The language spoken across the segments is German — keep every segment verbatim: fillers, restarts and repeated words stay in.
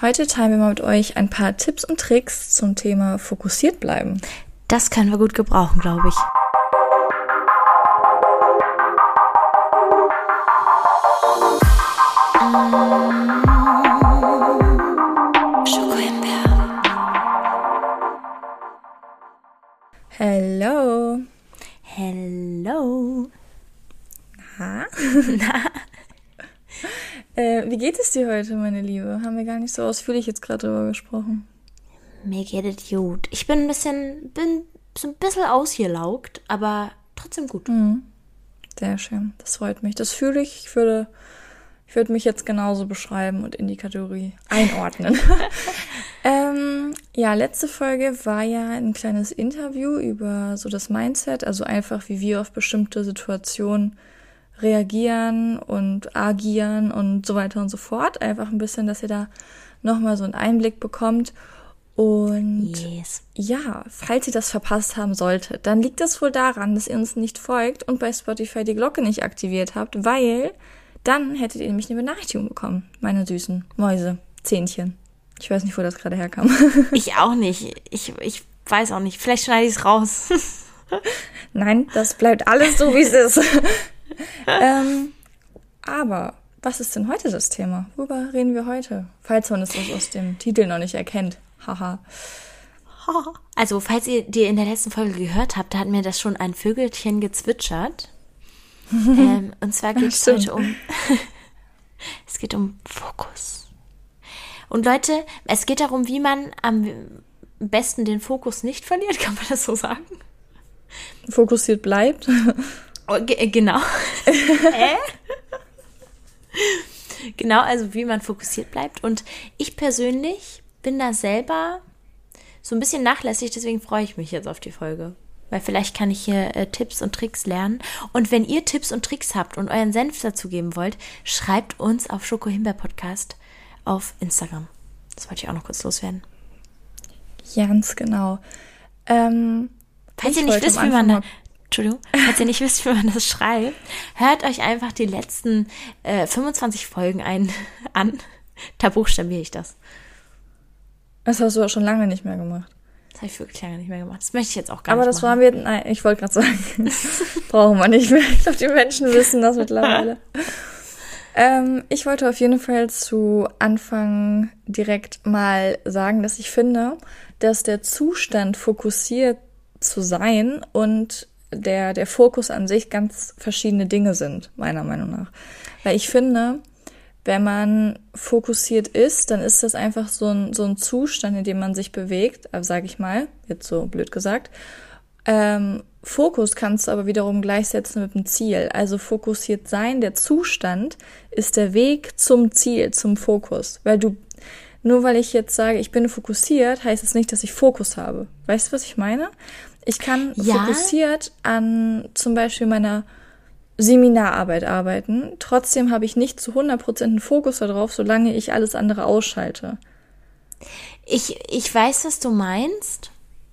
Heute teilen wir mal mit euch ein paar Tipps und Tricks zum Thema fokussiert bleiben. Das können wir gut gebrauchen, glaube ich. Hello. Hello. Na? Na? Äh, wie geht es dir heute, meine Liebe? Haben wir gar nicht so ausführlich jetzt gerade drüber gesprochen. Mir geht es gut. Ich bin ein bisschen, bin so ein bisschen ausgelaugt, aber trotzdem gut. Mhm. Sehr schön, das freut mich. Das fühle ich. Ich würde, ich würde mich jetzt genauso beschreiben und in die Kategorie einordnen. ähm, ja, letzte Folge war ja ein kleines Interview über so das Mindset, also einfach, wie wir auf bestimmte Situationen reagieren und agieren und so weiter und so fort. Einfach ein bisschen, dass ihr da nochmal so einen Einblick bekommt. Und yes. Ja, falls ihr das verpasst haben solltet, dann liegt das wohl daran, dass ihr uns nicht folgt und bei Spotify die Glocke nicht aktiviert habt, weil dann hättet ihr nämlich eine Benachrichtigung bekommen, meine süßen Mäuse, Zähnchen. Ich weiß nicht, wo das gerade herkam. Ich auch nicht. Ich, ich weiß auch nicht. Vielleicht schneide ich es raus. Nein, das bleibt alles so, wie es ist. ähm, aber was ist denn heute das Thema? Worüber reden wir heute? Falls man es aus dem Titel noch nicht erkennt. Haha. Also, falls ihr die in der letzten Folge gehört habt, da hat mir das schon ein Vögelchen gezwitschert. ähm, und zwar geht es heute um es geht um Fokus. Und Leute, es geht darum, wie man am besten den Fokus nicht verliert, kann man das so sagen? Fokussiert bleibt. Oh, g- genau. äh? Genau, also wie man fokussiert bleibt. Und ich persönlich bin da selber so ein bisschen nachlässig, deswegen freue ich mich jetzt auf die Folge. Weil vielleicht kann ich hier äh, Tipps und Tricks lernen. Und wenn ihr Tipps und Tricks habt und euren Senf dazu geben wollt, schreibt uns auf Schokohimbeer-Podcast auf Instagram. Das wollte ich auch noch kurz loswerden. Ganz genau. Ähm, Falls ihr nicht wisst, wie man da... Entschuldigung, falls ihr nicht wisst, wie man das schreibt, hört euch einfach die letzten äh, fünfundzwanzig Folgen ein, an. Da buchstabiere ich das. Das hast du auch schon lange nicht mehr gemacht. Das habe ich wirklich lange nicht mehr gemacht. Das möchte ich jetzt auch gar Aber nicht das machen. waren wir, nein, ich wollte gerade sagen, brauchen wir nicht mehr. Ich glaube, die Menschen wissen das mittlerweile. ähm, ich wollte auf jeden Fall zu Anfang direkt mal sagen, dass ich finde, dass der Zustand, fokussiert zu sein und der, der Fokus an sich ganz verschiedene Dinge sind, meiner Meinung nach. Weil ich finde, wenn man fokussiert ist, dann ist das einfach so ein, so ein Zustand, in dem man sich bewegt, also sage ich mal, jetzt so blöd gesagt. Ähm, Fokus kannst du aber wiederum gleichsetzen mit dem Ziel. Also fokussiert sein, der Zustand ist der Weg zum Ziel, zum Fokus. Weil du, nur weil ich jetzt sage, ich bin fokussiert, heißt es nicht, dass ich Fokus habe. Weißt du, was ich meine? Ich kann ja? fokussiert an zum Beispiel meiner Seminararbeit arbeiten. Trotzdem habe ich nicht zu hundert Prozent einen Fokus darauf, solange ich alles andere ausschalte. Ich, ich weiß, was du meinst,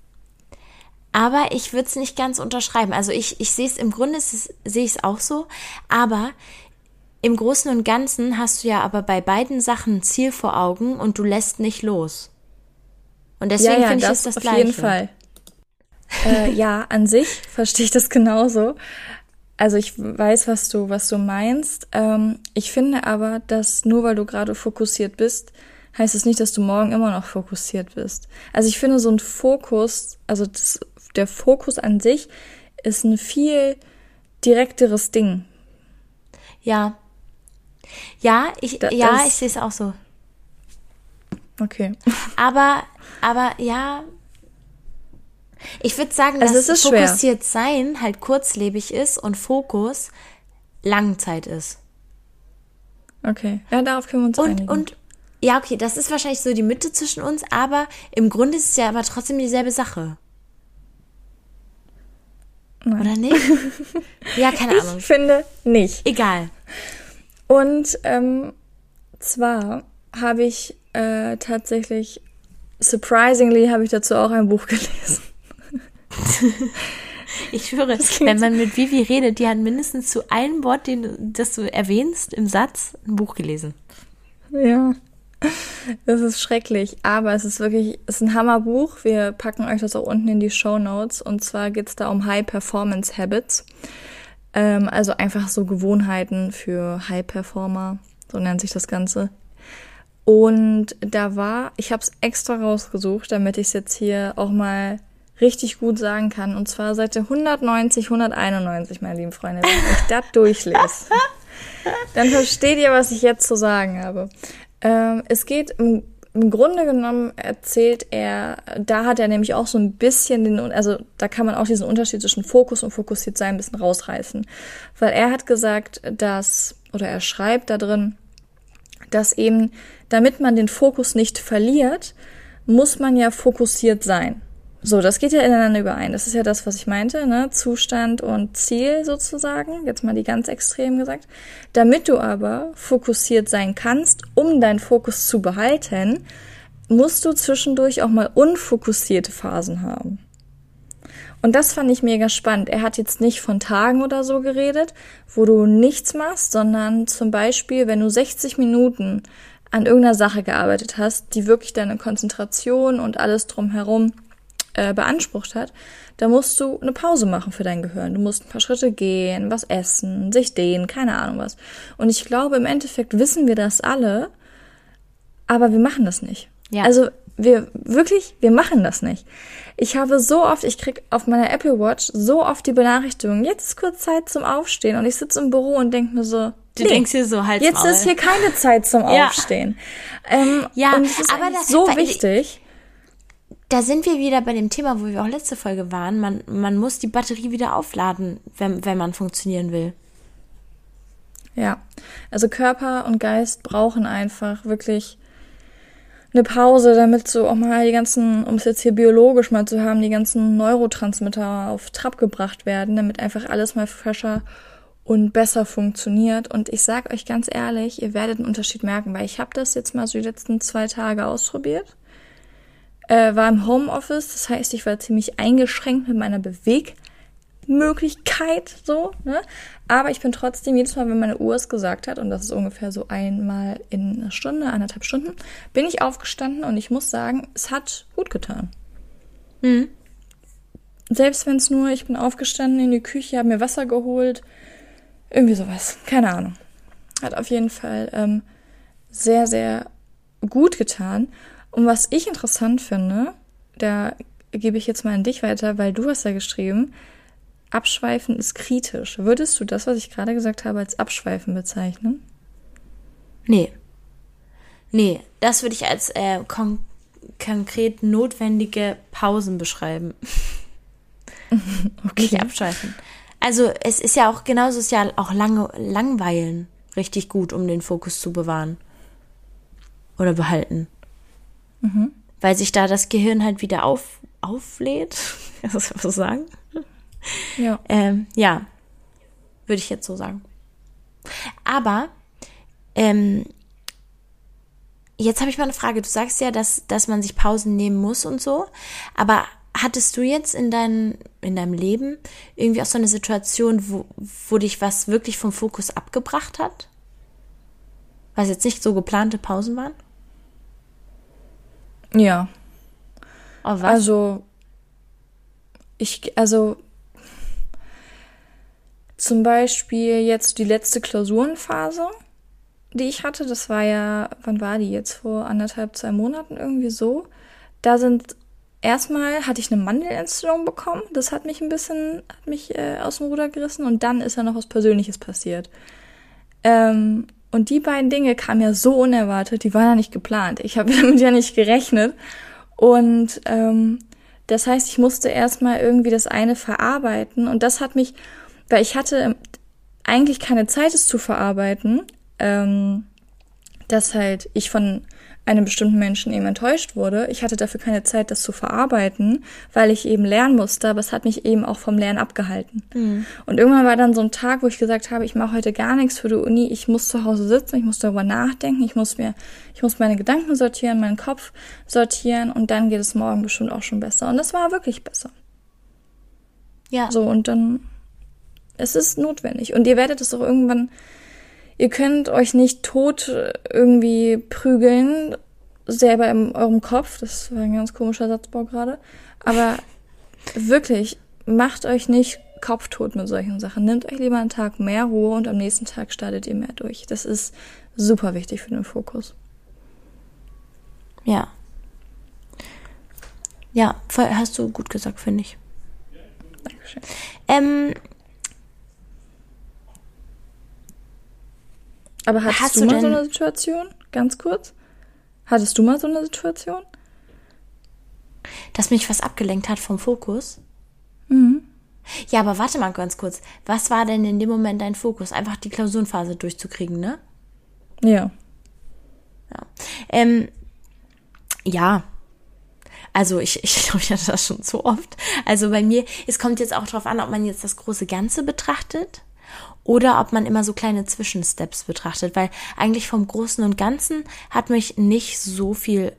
aber ich würde es nicht ganz unterschreiben. Also ich, ich sehe es, im Grunde ist, sehe ich es auch so, aber im Großen und Ganzen hast du ja aber bei beiden Sachen ein Ziel vor Augen und du lässt nicht los. Und deswegen ja, ja, finde ich, das ist das auf Gleiche. jeden Fall. äh, ja, an sich verstehe ich das genauso. Also ich weiß, was du, was du meinst. Ähm, ich finde aber, dass nur weil du gerade fokussiert bist, heißt es nicht, dass du morgen immer noch fokussiert bist. Also ich finde so ein Fokus, also das, der Fokus an sich ist ein viel direkteres Ding. Ja. Ja, ich, Da ja, ist- ich sehe es auch so. Okay. Aber, aber ja, ich würde sagen, Also dass es ist schwer. fokussiert sein halt kurzlebig ist und Fokus Langzeit ist. Okay. Ja, darauf können wir uns Und, einigen. und, ja, okay, das ist wahrscheinlich so die Mitte zwischen uns, aber im Grunde ist es ja aber trotzdem dieselbe Sache. Nein. Oder nicht? Ja, keine Ahnung. Ich finde nicht. Egal. Und ähm, zwar habe ich äh, tatsächlich, surprisingly, habe ich dazu auch ein Buch gelesen. Ich schwöre, wenn man mit Vivi redet, die hat mindestens zu einem Wort, den, das du erwähnst, im Satz, ein Buch gelesen. Ja, Das ist schrecklich, aber es ist wirklich, es ist ein Hammerbuch. Wir packen euch das auch unten in die Shownotes. Und zwar geht's da um High Performance Habits. Ähm, also einfach so Gewohnheiten für High Performer, so nennt sich das Ganze. Und da war, ich habe es extra rausgesucht, damit ich es jetzt hier auch mal richtig gut sagen kann. Und zwar Seite hundertneunzig, hunderteinundneunzig, meine lieben Freunde. Wenn ich das durchlese, dann versteht ihr, was ich jetzt zu sagen habe. Ähm, es geht im, im Grunde genommen, erzählt er, da hat er nämlich auch so ein bisschen den, also da kann man auch diesen Unterschied zwischen Fokus und fokussiert sein ein bisschen rausreißen. Weil er hat gesagt, dass, oder er schreibt da drin, dass eben, damit man den Fokus nicht verliert, muss man ja fokussiert sein. So, das geht ja ineinander überein. Das ist ja das, was ich meinte, ne? Zustand und Ziel sozusagen. Jetzt mal die ganz extrem gesagt. Damit du aber fokussiert sein kannst, um deinen Fokus zu behalten, musst du zwischendurch auch mal unfokussierte Phasen haben. Und das fand ich mega spannend. Er hat jetzt nicht von Tagen oder so geredet, wo du nichts machst, sondern zum Beispiel, wenn du sechzig Minuten an irgendeiner Sache gearbeitet hast, die wirklich deine Konzentration und alles drumherum äh, beansprucht hat, da musst du eine Pause machen für dein Gehirn. Du musst ein paar Schritte gehen, was essen, sich dehnen, keine Ahnung was. Und ich glaube, im Endeffekt wissen wir das alle, aber wir machen das nicht. Ja. Also wir wirklich, wir machen das nicht. Ich habe so oft, ich krieg auf meiner Apple Watch so oft die Benachrichtigung, jetzt ist kurz Zeit zum Aufstehen und ich sitze im Büro und denke mir so, du nee, denkst dir so, halt jetzt ist hier keine Zeit zum ja. Aufstehen. Ähm, ja, und das ist aber das, so wichtig. Da sind wir wieder bei dem Thema, wo wir auch letzte Folge waren. Man, man muss die Batterie wieder aufladen, wenn, wenn man funktionieren will. Ja, also Körper und Geist brauchen einfach wirklich eine Pause, damit so auch mal die ganzen, um es jetzt hier biologisch mal zu haben, die ganzen Neurotransmitter auf Trab gebracht werden, damit einfach alles mal fresher und besser funktioniert. Und ich sag euch ganz ehrlich, ihr werdet einen Unterschied merken, weil ich habe das jetzt mal so die letzten zwei Tage ausprobiert. Äh, war im Homeoffice, das heißt, ich war ziemlich eingeschränkt mit meiner Bewegmöglichkeit, so, ne? Aber ich bin trotzdem jedes Mal, wenn meine Uhr es gesagt hat, und das ist ungefähr so einmal in einer Stunde, anderthalb Stunden, bin ich aufgestanden und ich muss sagen, es hat gut getan. Mhm. Selbst wenn es nur, ich bin aufgestanden in die Küche, habe mir Wasser geholt, irgendwie sowas, keine Ahnung. Hat auf jeden Fall ähm, sehr, sehr gut getan. Und was ich interessant finde, da gebe ich jetzt mal an dich weiter, weil du hast ja geschrieben, Abschweifen ist kritisch. Würdest du das, was ich gerade gesagt habe, als Abschweifen bezeichnen? Nee. Nee, das würde ich als äh, kon- konkret notwendige Pausen beschreiben. Okay. Nicht abschweifen. Also es ist ja auch, genauso ist ja auch lange Langweilen richtig gut, um den Fokus zu bewahren. Oder behalten. Mhm. Weil sich da das Gehirn halt wieder auf, auflädt. Kann ich das so sagen? Ja. Ähm, ja, würde ich jetzt so sagen. Aber ähm, jetzt habe ich mal eine Frage. Du sagst ja, dass, dass man sich Pausen nehmen muss und so. Aber hattest du jetzt in, dein, in deinem Leben irgendwie auch so eine Situation, wo, wo dich was wirklich vom Fokus abgebracht hat? Was jetzt nicht so geplante Pausen waren? Ja. Oh, was? Also, ich, also, zum Beispiel jetzt die letzte Klausurenphase, die ich hatte, das war ja, wann war die jetzt? Vor anderthalb, zwei Monaten irgendwie so. Da sind, erstmal hatte ich eine Mandelentzündung bekommen, das hat mich ein bisschen, hat mich äh, aus dem Ruder gerissen und dann ist ja noch was Persönliches passiert. Ähm, Und die beiden Dinge kamen ja so unerwartet, die waren ja nicht geplant. Ich habe damit ja nicht gerechnet. Und ähm, das heißt, ich musste erstmal irgendwie das eine verarbeiten. Und das hat mich, weil ich hatte eigentlich keine Zeit, es zu verarbeiten, ähm, dass halt ich von einem bestimmten Menschen eben enttäuscht wurde. Ich hatte dafür keine Zeit, das zu verarbeiten, weil ich eben lernen musste, aber es hat mich eben auch vom Lernen abgehalten. Mhm. Und irgendwann war dann so ein Tag, wo ich gesagt habe, ich mache heute gar nichts für die Uni, ich muss zu Hause sitzen, ich muss darüber nachdenken, ich muss mir, ich muss meine Gedanken sortieren, meinen Kopf sortieren und dann geht es morgen bestimmt auch schon besser. Und das war wirklich besser. Ja. So, und dann, es ist notwendig. Und ihr werdet es auch irgendwann, Ihr könnt euch nicht tot irgendwie prügeln, selber in eurem Kopf. Das war ein ganz komischer Satzbau gerade. Aber wirklich, macht euch nicht kopftot mit solchen Sachen. Nehmt euch lieber einen Tag mehr Ruhe und am nächsten Tag startet ihr mehr durch. Das ist super wichtig für den Fokus. Ja. Ja, voll, hast du gut gesagt, finde ich. Dankeschön. Ähm, Aber hattest hast du, du mal denn so eine Situation? Ganz kurz. Hattest du mal so eine Situation? dass mich was abgelenkt hat vom Fokus? Mhm. Ja, aber warte mal ganz kurz. Was war denn in dem Moment dein Fokus? Einfach die Klausurenphase durchzukriegen, ne? Ja. Ja. Ähm, ja. Also ich, ich glaube, ich hatte das schon so oft. Also bei mir, es kommt jetzt auch drauf an, ob man jetzt das große Ganze betrachtet oder ob man immer so kleine Zwischensteps betrachtet, weil eigentlich vom Großen und Ganzen hat mich nicht so viel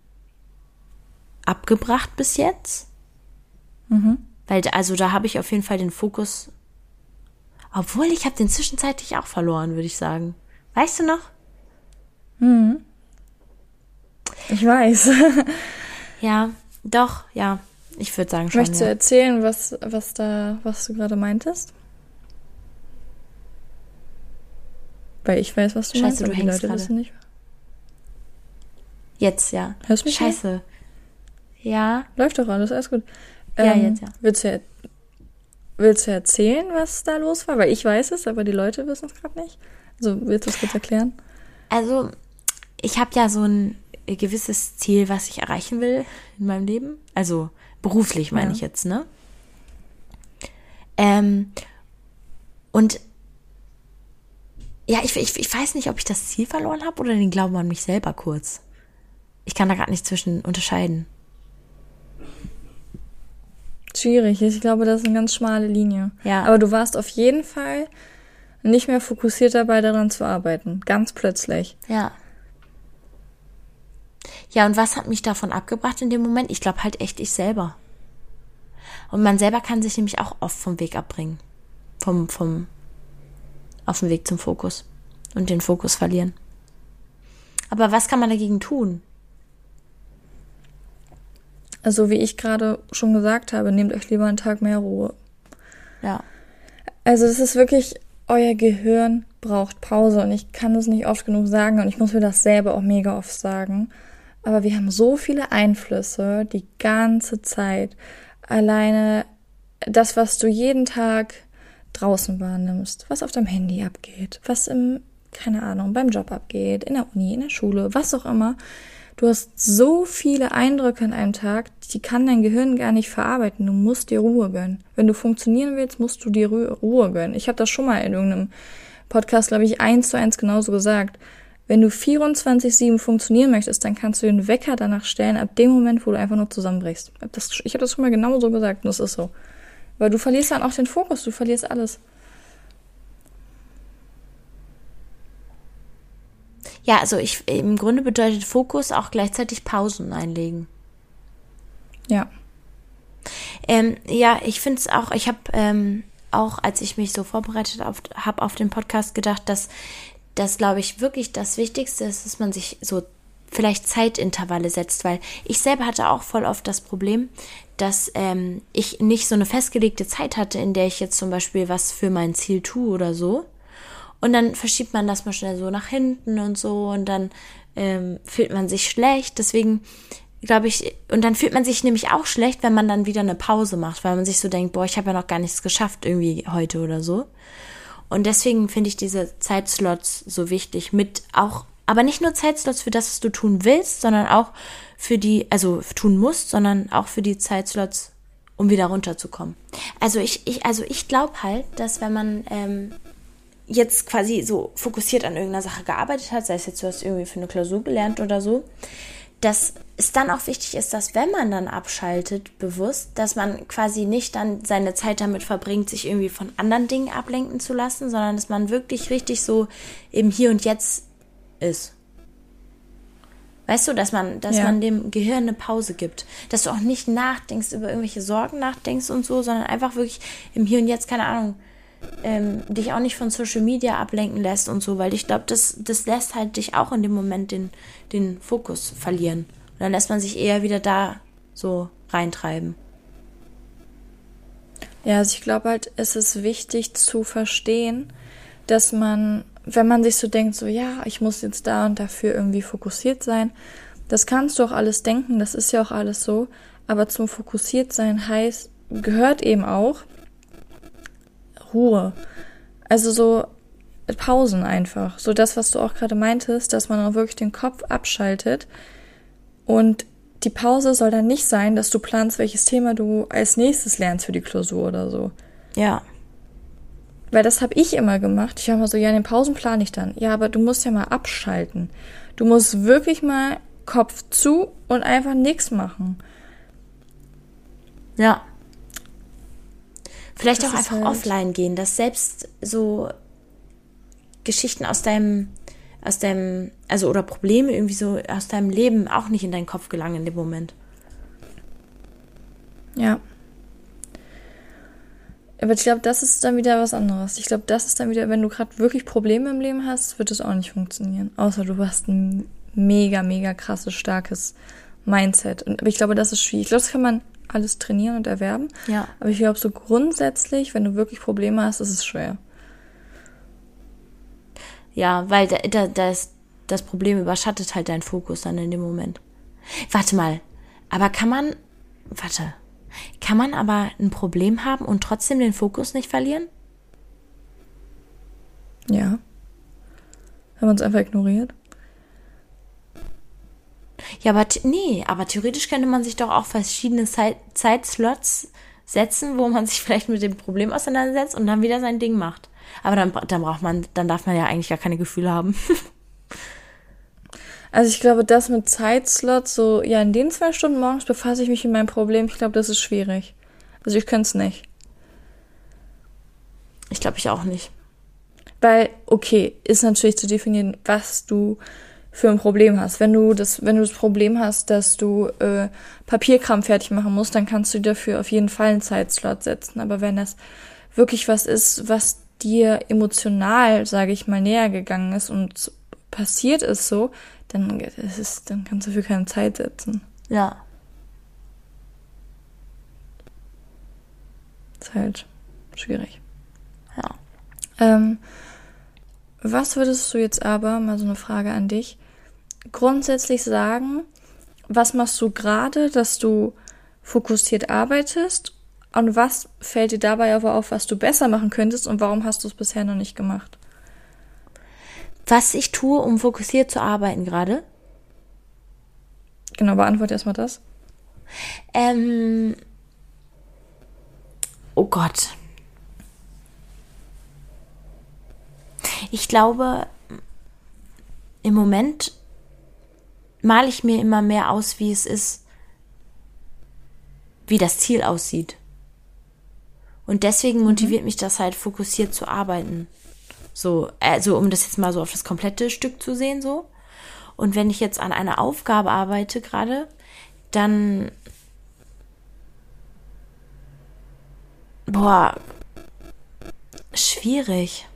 abgebracht bis jetzt. Mhm. Weil, also da habe ich auf jeden Fall den Fokus, obwohl ich habe den zwischenzeitlich auch verloren, würde ich sagen. Weißt du noch? Mhm. Ich weiß. Ja, doch, ja. Ich würde sagen schon, Möchtest du ja. erzählen, was, was da, was du gerade meintest? Weil ich weiß, was du Scheiße, meinst, du aber die hängst Leute gerade. wissen nicht. Jetzt, ja. Hörst du mich noch? Scheiße. Ja. Läuft doch alles, alles gut. Ja, jetzt, ja. Willst du, er- willst du erzählen, was da los war? Weil ich weiß es, aber die Leute wissen es gerade nicht. Also willst du es kurz erklären? Also, ich habe ja so ein gewisses Ziel, was ich erreichen will in meinem Leben. Also beruflich meine Ja. ich jetzt, ne? Ähm, und ja, ich, ich, ich weiß nicht, ob ich das Ziel verloren habe oder den Glauben an mich selber kurz. Ich kann da gerade nicht zwischen unterscheiden. Schwierig. Ich glaube, das ist eine ganz schmale Linie. Ja. Aber du warst auf jeden Fall nicht mehr fokussiert dabei, daran zu arbeiten. Ganz plötzlich. Ja. Ja, und was hat mich davon abgebracht in dem Moment? Ich glaube halt echt ich selber. Und man selber kann sich nämlich auch oft vom Weg abbringen. Vom, vom, auf dem Weg zum Fokus. Und den Fokus verlieren. Aber was kann man dagegen tun? Also wie ich gerade schon gesagt habe, nehmt euch lieber einen Tag mehr Ruhe. Ja. Also das ist wirklich, euer Gehirn braucht Pause und ich kann das nicht oft genug sagen und ich muss mir das selber auch mega oft sagen. Aber wir haben so viele Einflüsse die ganze Zeit. Alleine das, was du jeden Tag draußen wahrnimmst, was auf deinem Handy abgeht, was im, keine Ahnung, beim Job abgeht, in der Uni, in der Schule, was auch immer. Du hast so viele Eindrücke an einem Tag, die kann dein Gehirn gar nicht verarbeiten. Du musst dir Ruhe gönnen. Wenn du funktionieren willst, musst du dir Ruhe gönnen. Ich habe das schon mal in irgendeinem Podcast, glaube ich, eins zu eins genauso gesagt. Wenn du vierundzwanzig sieben funktionieren möchtest, dann kannst du den Wecker danach stellen, ab dem Moment, wo du einfach nur zusammenbrichst. Ich habe das, ich hab das schon mal genau so gesagt und das ist so. Weil du verlierst dann auch den Fokus, du verlierst alles. Ja, also ich, im Grunde bedeutet Fokus auch gleichzeitig Pausen einlegen. Ja. Ähm, ja, ich finde es auch, ich habe ähm, auch, als ich mich so vorbereitet habe auf den Podcast, gedacht, dass das, glaube ich, wirklich das Wichtigste ist, dass man sich so vielleicht Zeitintervalle setzt, weil ich selber hatte auch voll oft das Problem, dass ähm, ich nicht so eine festgelegte Zeit hatte, in der ich jetzt zum Beispiel was für mein Ziel tue oder so. Und dann verschiebt man das mal schnell so nach hinten und so und dann ähm, fühlt man sich schlecht. Deswegen glaube ich, und dann fühlt man sich nämlich auch schlecht, wenn man dann wieder eine Pause macht, weil man sich so denkt, boah, ich habe ja noch gar nichts geschafft irgendwie heute oder so. Und deswegen finde ich diese Zeitslots so wichtig, mit auch, aber nicht nur Zeitslots für das, was du tun willst, sondern auch für die, also tun musst, sondern auch für die Zeitslots, um wieder runterzukommen. Also ich, ich, also ich glaube halt, dass wenn man ähm, jetzt quasi so fokussiert an irgendeiner Sache gearbeitet hat, sei es jetzt, du hast irgendwie für eine Klausur gelernt oder so, dass es dann auch wichtig ist, dass wenn man dann abschaltet, bewusst, dass man quasi nicht dann seine Zeit damit verbringt, sich irgendwie von anderen Dingen ablenken zu lassen, sondern dass man wirklich richtig so im Hier und Jetzt ist. Weißt du, dass man, dass Ja. man dem Gehirn eine Pause gibt. Dass du auch nicht nachdenkst, über irgendwelche Sorgen nachdenkst und so, sondern einfach wirklich im Hier und Jetzt, keine Ahnung, ähm, dich auch nicht von Social Media ablenken lässt und so, weil ich glaube, das, das lässt halt dich auch in dem Moment den, den Fokus verlieren. Und dann lässt man sich eher wieder da so reintreiben. Ja, also ich glaube halt, es ist wichtig zu verstehen, dass man, wenn man sich so denkt, so ja, ich muss jetzt da und dafür irgendwie fokussiert sein, das kannst du auch alles denken, das ist ja auch alles so, aber zum fokussiert sein heißt, gehört eben auch Ruhe. Also so Pausen einfach. So das, was du auch gerade meintest, dass man auch wirklich den Kopf abschaltet. Und die Pause soll dann nicht sein, dass du planst, welches Thema du als nächstes lernst für die Klausur oder so. Ja. Weil das habe ich immer gemacht. Ich war immer so, ja, in den Pausen plane ich dann. Ja, aber du musst ja mal abschalten. Du musst wirklich mal Kopf zu und einfach nichts machen. Ja. Vielleicht Das auch ist einfach halt- offline gehen, dass selbst so Geschichten aus deinem, aus deinem, also oder Probleme irgendwie so aus deinem Leben auch nicht in deinen Kopf gelangen in dem Moment. Ja. Aber ich glaube, das ist dann wieder was anderes. Ich glaube, das ist dann wieder, wenn du gerade wirklich Probleme im Leben hast, wird es auch nicht funktionieren. Außer du hast ein mega, mega krasses, starkes Mindset. Und, aber ich glaube, das ist schwierig. Ich glaube, das kann man alles trainieren und erwerben. Ja. Aber ich glaube, so grundsätzlich, wenn du wirklich Probleme hast, ist es schwer. Ja, weil da, da, das, das Problem überschattet halt deinen Fokus dann in dem Moment. Warte mal, aber kann man, warte, kann man aber ein Problem haben und trotzdem den Fokus nicht verlieren? Ja. Wenn man es einfach ignoriert. Ja, aber t- nee, aber theoretisch könnte man sich doch auch verschiedene Zeit- Zeitslots setzen, wo man sich vielleicht mit dem Problem auseinandersetzt und dann wieder sein Ding macht. Aber dann, dann braucht man, dann darf man ja eigentlich gar keine Gefühle haben. Also ich glaube, das mit Zeitslots, so, ja, in den zwei Stunden morgens befasse ich mich mit meinem Problem. Ich glaube, das ist schwierig. Also ich könnte es nicht. Ich glaube, ich auch nicht. Weil, okay, ist natürlich zu definieren, was du für ein Problem hast. Wenn du das, wenn du das Problem hast, dass du äh, Papierkram fertig machen musst, dann kannst du dafür auf jeden Fall einen Zeitslot setzen. Aber wenn das wirklich was ist, was dir emotional, sage ich mal, näher gegangen ist und passiert ist so, dann ist es, dann kannst du dafür keine Zeit setzen. Ja. Ist halt schwierig. Ja. Ähm, was würdest du jetzt aber, mal so eine Frage an dich, grundsätzlich sagen, was machst du gerade, dass du fokussiert arbeitest und was fällt dir dabei aber auf, was du besser machen könntest und warum hast du es bisher noch nicht gemacht? Was ich tue, um fokussiert zu arbeiten gerade? Genau, beantworte erstmal das. Ähm. Oh Gott. Ich glaube, im Moment male ich mir immer mehr aus, wie es ist, wie das Ziel aussieht. Und deswegen motiviert mhm. mich das halt, fokussiert zu arbeiten. So, also um das jetzt mal so auf das komplette Stück zu sehen, so. Und wenn ich jetzt an einer Aufgabe arbeite gerade, dann boah, schwierig.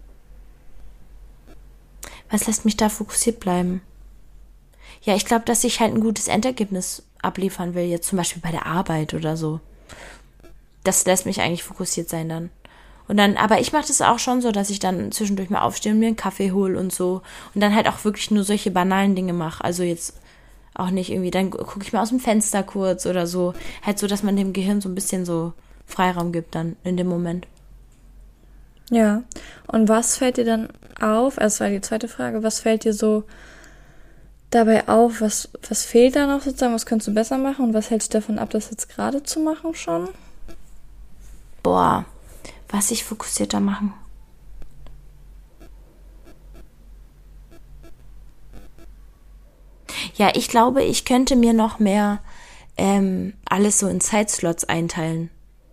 Was lässt mich da fokussiert bleiben? Ja, ich glaube, dass ich halt ein gutes Endergebnis abliefern will, jetzt zum Beispiel bei der Arbeit oder so. Das lässt mich eigentlich fokussiert sein dann. Und dann, aber ich mache das auch schon so, dass ich dann zwischendurch mal aufstehe und mir einen Kaffee hole und so. Und dann halt auch wirklich nur solche banalen Dinge mache. Also jetzt auch nicht irgendwie, dann gucke ich mal aus dem Fenster kurz oder so. Halt so, dass man dem Gehirn so ein bisschen so Freiraum gibt dann in dem Moment. Ja, und was fällt dir dann auf, also das war die zweite Frage, was fällt dir so dabei auf, was, was fehlt da noch sozusagen, was könntest du besser machen und was hält dich davon ab, das jetzt gerade zu machen schon? Boah, was ich fokussierter machen. Ja, ich glaube, ich könnte mir noch mehr ähm, alles so in Zeitslots einteilen.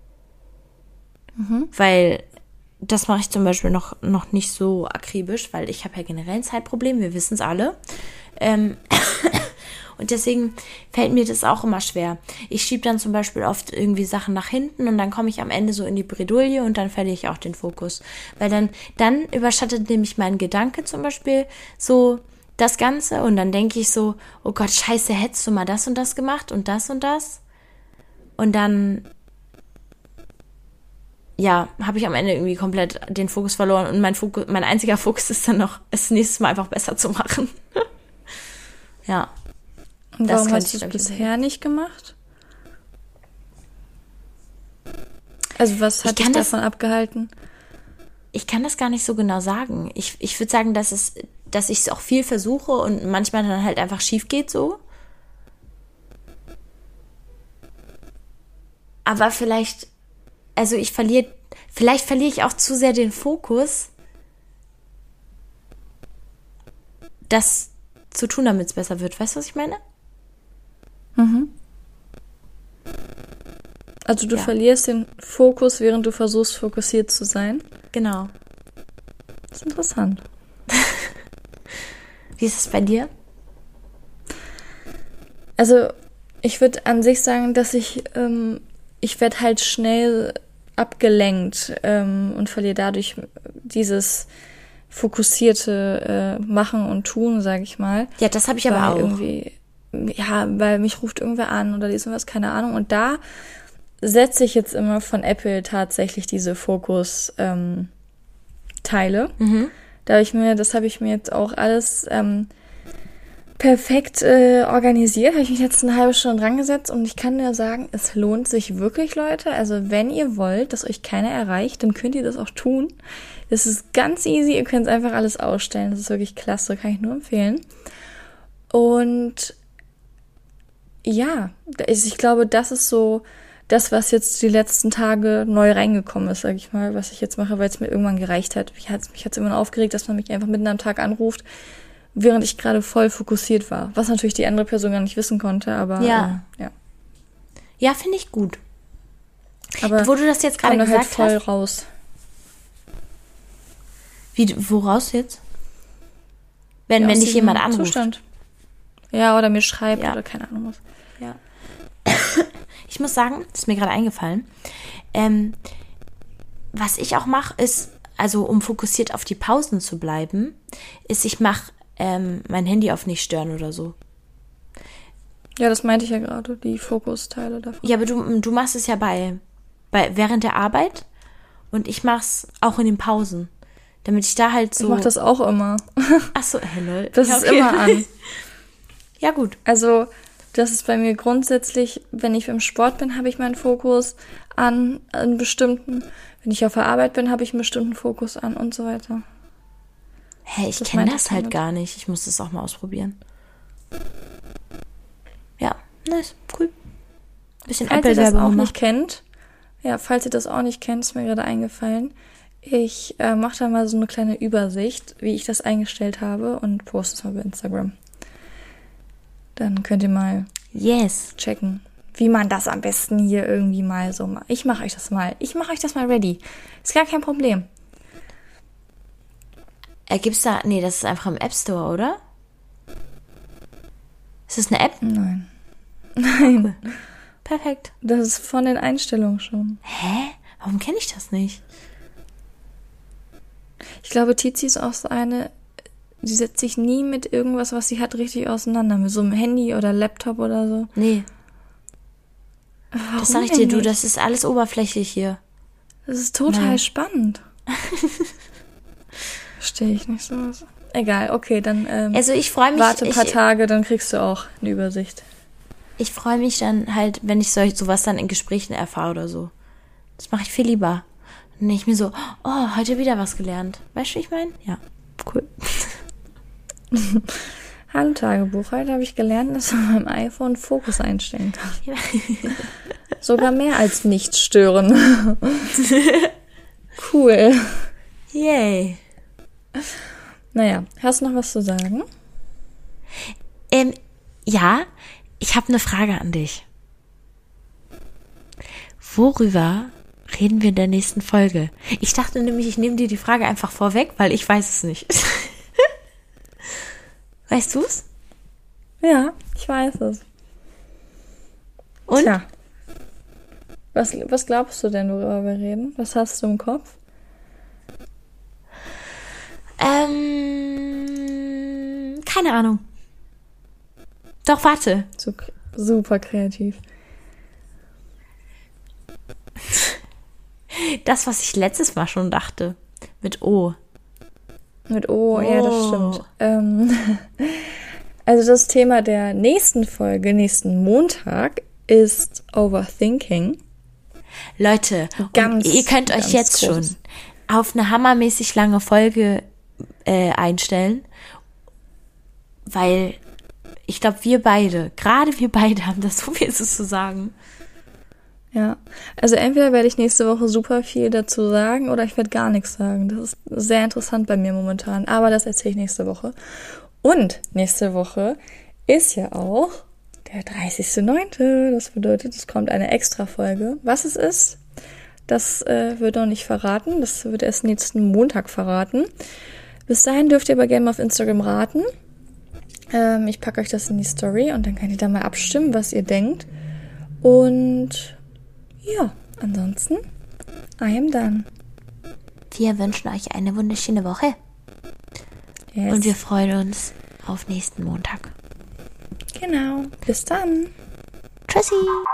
Mhm. Weil das mache ich zum Beispiel noch, noch nicht so akribisch, weil ich habe ja generell ein Zeitproblem, wir wissen es alle. Ähm Und deswegen fällt mir das auch immer schwer. Ich schiebe dann zum Beispiel oft irgendwie Sachen nach hinten und dann komme ich am Ende so in die Bredouille und dann verliere ich auch den Fokus. Weil dann, dann überschattet nämlich mein Gedanke zum Beispiel so das Ganze und dann denke ich so, oh Gott, scheiße, hättest du mal das und das gemacht und das und das? Und dann, ja, habe ich am Ende irgendwie komplett den Fokus verloren und mein Fokus, mein einziger Fokus ist dann noch, es nächstes Mal einfach besser zu machen. Ja. Und warum hast du es bisher nicht gemacht? Also was hat dich davon abgehalten? Ich kann das gar nicht so genau sagen. Ich, ich würde sagen, dass es, dass ich es auch viel versuche und manchmal dann halt einfach schief geht so. Aber vielleicht, also ich verliere, vielleicht verliere ich auch zu sehr den Fokus, das zu tun, damit es besser wird. Weißt du, was ich meine? Mhm. Also du ja. verlierst den Fokus, während du versuchst, fokussiert zu sein? Genau. Das ist interessant. Wie ist es bei dir? Also ich würde an sich sagen, dass ich, ähm, ich werde halt schnell abgelenkt ähm, und verliere dadurch dieses fokussierte äh, Machen und Tun, sage ich mal. Ja, das habe ich aber auch. Irgendwie, ja, weil mich ruft irgendwer an oder dies und was, keine Ahnung. Und da setze ich jetzt immer von Apple tatsächlich diese Fokus-Teile. Ähm, mhm. Da habe ich mir, das habe ich mir jetzt auch alles ähm, perfekt äh, organisiert. Habe ich mich jetzt eine halbe Stunde dran gesetzt und ich kann nur sagen, es lohnt sich wirklich, Leute. Also wenn ihr wollt, dass euch keiner erreicht, dann könnt ihr das auch tun. Das ist ganz easy, ihr könnt einfach alles ausstellen. Das ist wirklich klasse, kann ich nur empfehlen. Und ja, ich glaube, das ist so das, was jetzt die letzten Tage neu reingekommen ist, sag ich mal, was ich jetzt mache, weil es mir irgendwann gereicht hat. Mich hat es immer noch aufgeregt, dass man mich einfach mitten am Tag anruft, während ich gerade voll fokussiert war. Was natürlich die andere Person gar nicht wissen konnte, aber ja. Äh, ja. Ja, finde ich gut. Aber wo du das jetzt gerade gesagt halt voll hast. raus. Wie, woraus jetzt? Wenn, ja, wenn dich jemand anruft. Zustand. Ja, oder mir schreibt ja. oder keine Ahnung was. Ja. Ich muss sagen, das ist mir gerade eingefallen, ähm, was ich auch mache, ist, also um fokussiert auf die Pausen zu bleiben, ist, ich mache ähm, mein Handy auf nicht stören oder so. Ja, das meinte ich ja gerade, die Fokusteile davon. Ja, aber du, du machst es ja bei, bei während der Arbeit und ich mach's auch in den Pausen, damit ich da halt so... Ich mach das auch immer. Ach so, hello. Das ja, ist okay. immer an. Ja, gut. Also... Das ist bei mir grundsätzlich, wenn ich im Sport bin, habe ich meinen Fokus an einen bestimmten. Wenn ich auf der Arbeit bin, habe ich einen bestimmten Fokus an und so weiter. Hä, hey, ich kenne das halt gar nicht. Ich muss das auch mal ausprobieren. Ja, nice, cool. Bisschen Falls ihr das auch gemacht. nicht kennt, ja, falls ihr das auch nicht kennt, ist mir gerade eingefallen. Ich äh, mache da mal so eine kleine Übersicht, wie ich das eingestellt habe und poste es mal bei Instagram. Dann könnt ihr mal yes. checken, wie man das am besten hier irgendwie mal so macht. Ich mache euch das mal. Ich mache euch das mal ready. Ist gar kein Problem. Äh, gibt's da... Nee, das ist einfach im App Store, oder? Ist das eine App? Nein. Nein. Cool. Perfekt. Das ist von den Einstellungen schon. Hä? Warum kenne ich das nicht? Ich glaube, Tizi ist auch so eine... Sie setzt sich nie mit irgendwas, was sie hat, richtig auseinander. Mit so einem Handy oder Laptop oder so. Nee. Warum das sag ich dir, du, das ist alles oberflächlich hier. Das ist total Nein. spannend. Verstehe ich nicht sowas. Egal, okay, dann ähm, also ich freue mich, warte ein paar ich, Tage, dann kriegst du auch eine Übersicht. Ich freue mich dann halt, wenn ich solch, sowas dann in Gesprächen erfahre oder so. Das mache ich viel lieber. Dann denke ich mir so, oh, heute wieder was gelernt. Weißt du, wie ich meine? Ja, cool. Hallo Tagebuch, heute habe ich gelernt, dass man beim iPhone Fokus einstellen kann. Ja. Sogar mehr als nicht stören. Cool. Yay. Naja, hast du noch was zu sagen? Ähm, ja, ich habe eine Frage an dich. Worüber reden wir in der nächsten Folge? Ich dachte nämlich, ich nehme dir die Frage einfach vorweg, weil ich weiß es nicht. Weißt du's? Ja, Ich weiß es. Und? Tja. Was, was glaubst du denn, worüber wir reden? Was hast du im Kopf? Ähm, keine Ahnung. Doch, warte. So, super kreativ. Das, was ich letztes Mal schon dachte. Mit O. Mit O, oh. Ja, das stimmt. Oh. Ähm, also das Thema der nächsten Folge, nächsten Montag, ist Overthinking. Leute, ganz, ihr könnt euch jetzt groß. schon auf eine hammermäßig lange Folge äh, einstellen, weil ich glaube, wir beide, gerade wir beide haben das so viel zu sagen. Ja, also entweder werde ich nächste Woche super viel dazu sagen oder ich werde gar nichts sagen. Das ist sehr interessant bei mir momentan, aber das erzähle ich nächste Woche. Und nächste Woche ist ja auch der dreißigster neunte Das bedeutet, es kommt eine Extra-Folge. Was es ist, das äh, wird noch nicht verraten. Das wird erst nächsten Montag verraten. Bis dahin dürft ihr aber gerne mal auf Instagram raten. Ähm, ich packe euch das in die Story und dann könnt ihr da mal abstimmen, was ihr denkt. Und ja, ansonsten, I am done. Wir wünschen euch eine wunderschöne Woche. Yes. Und wir freuen uns auf nächsten Montag. Genau. Bis dann. Tschüssi.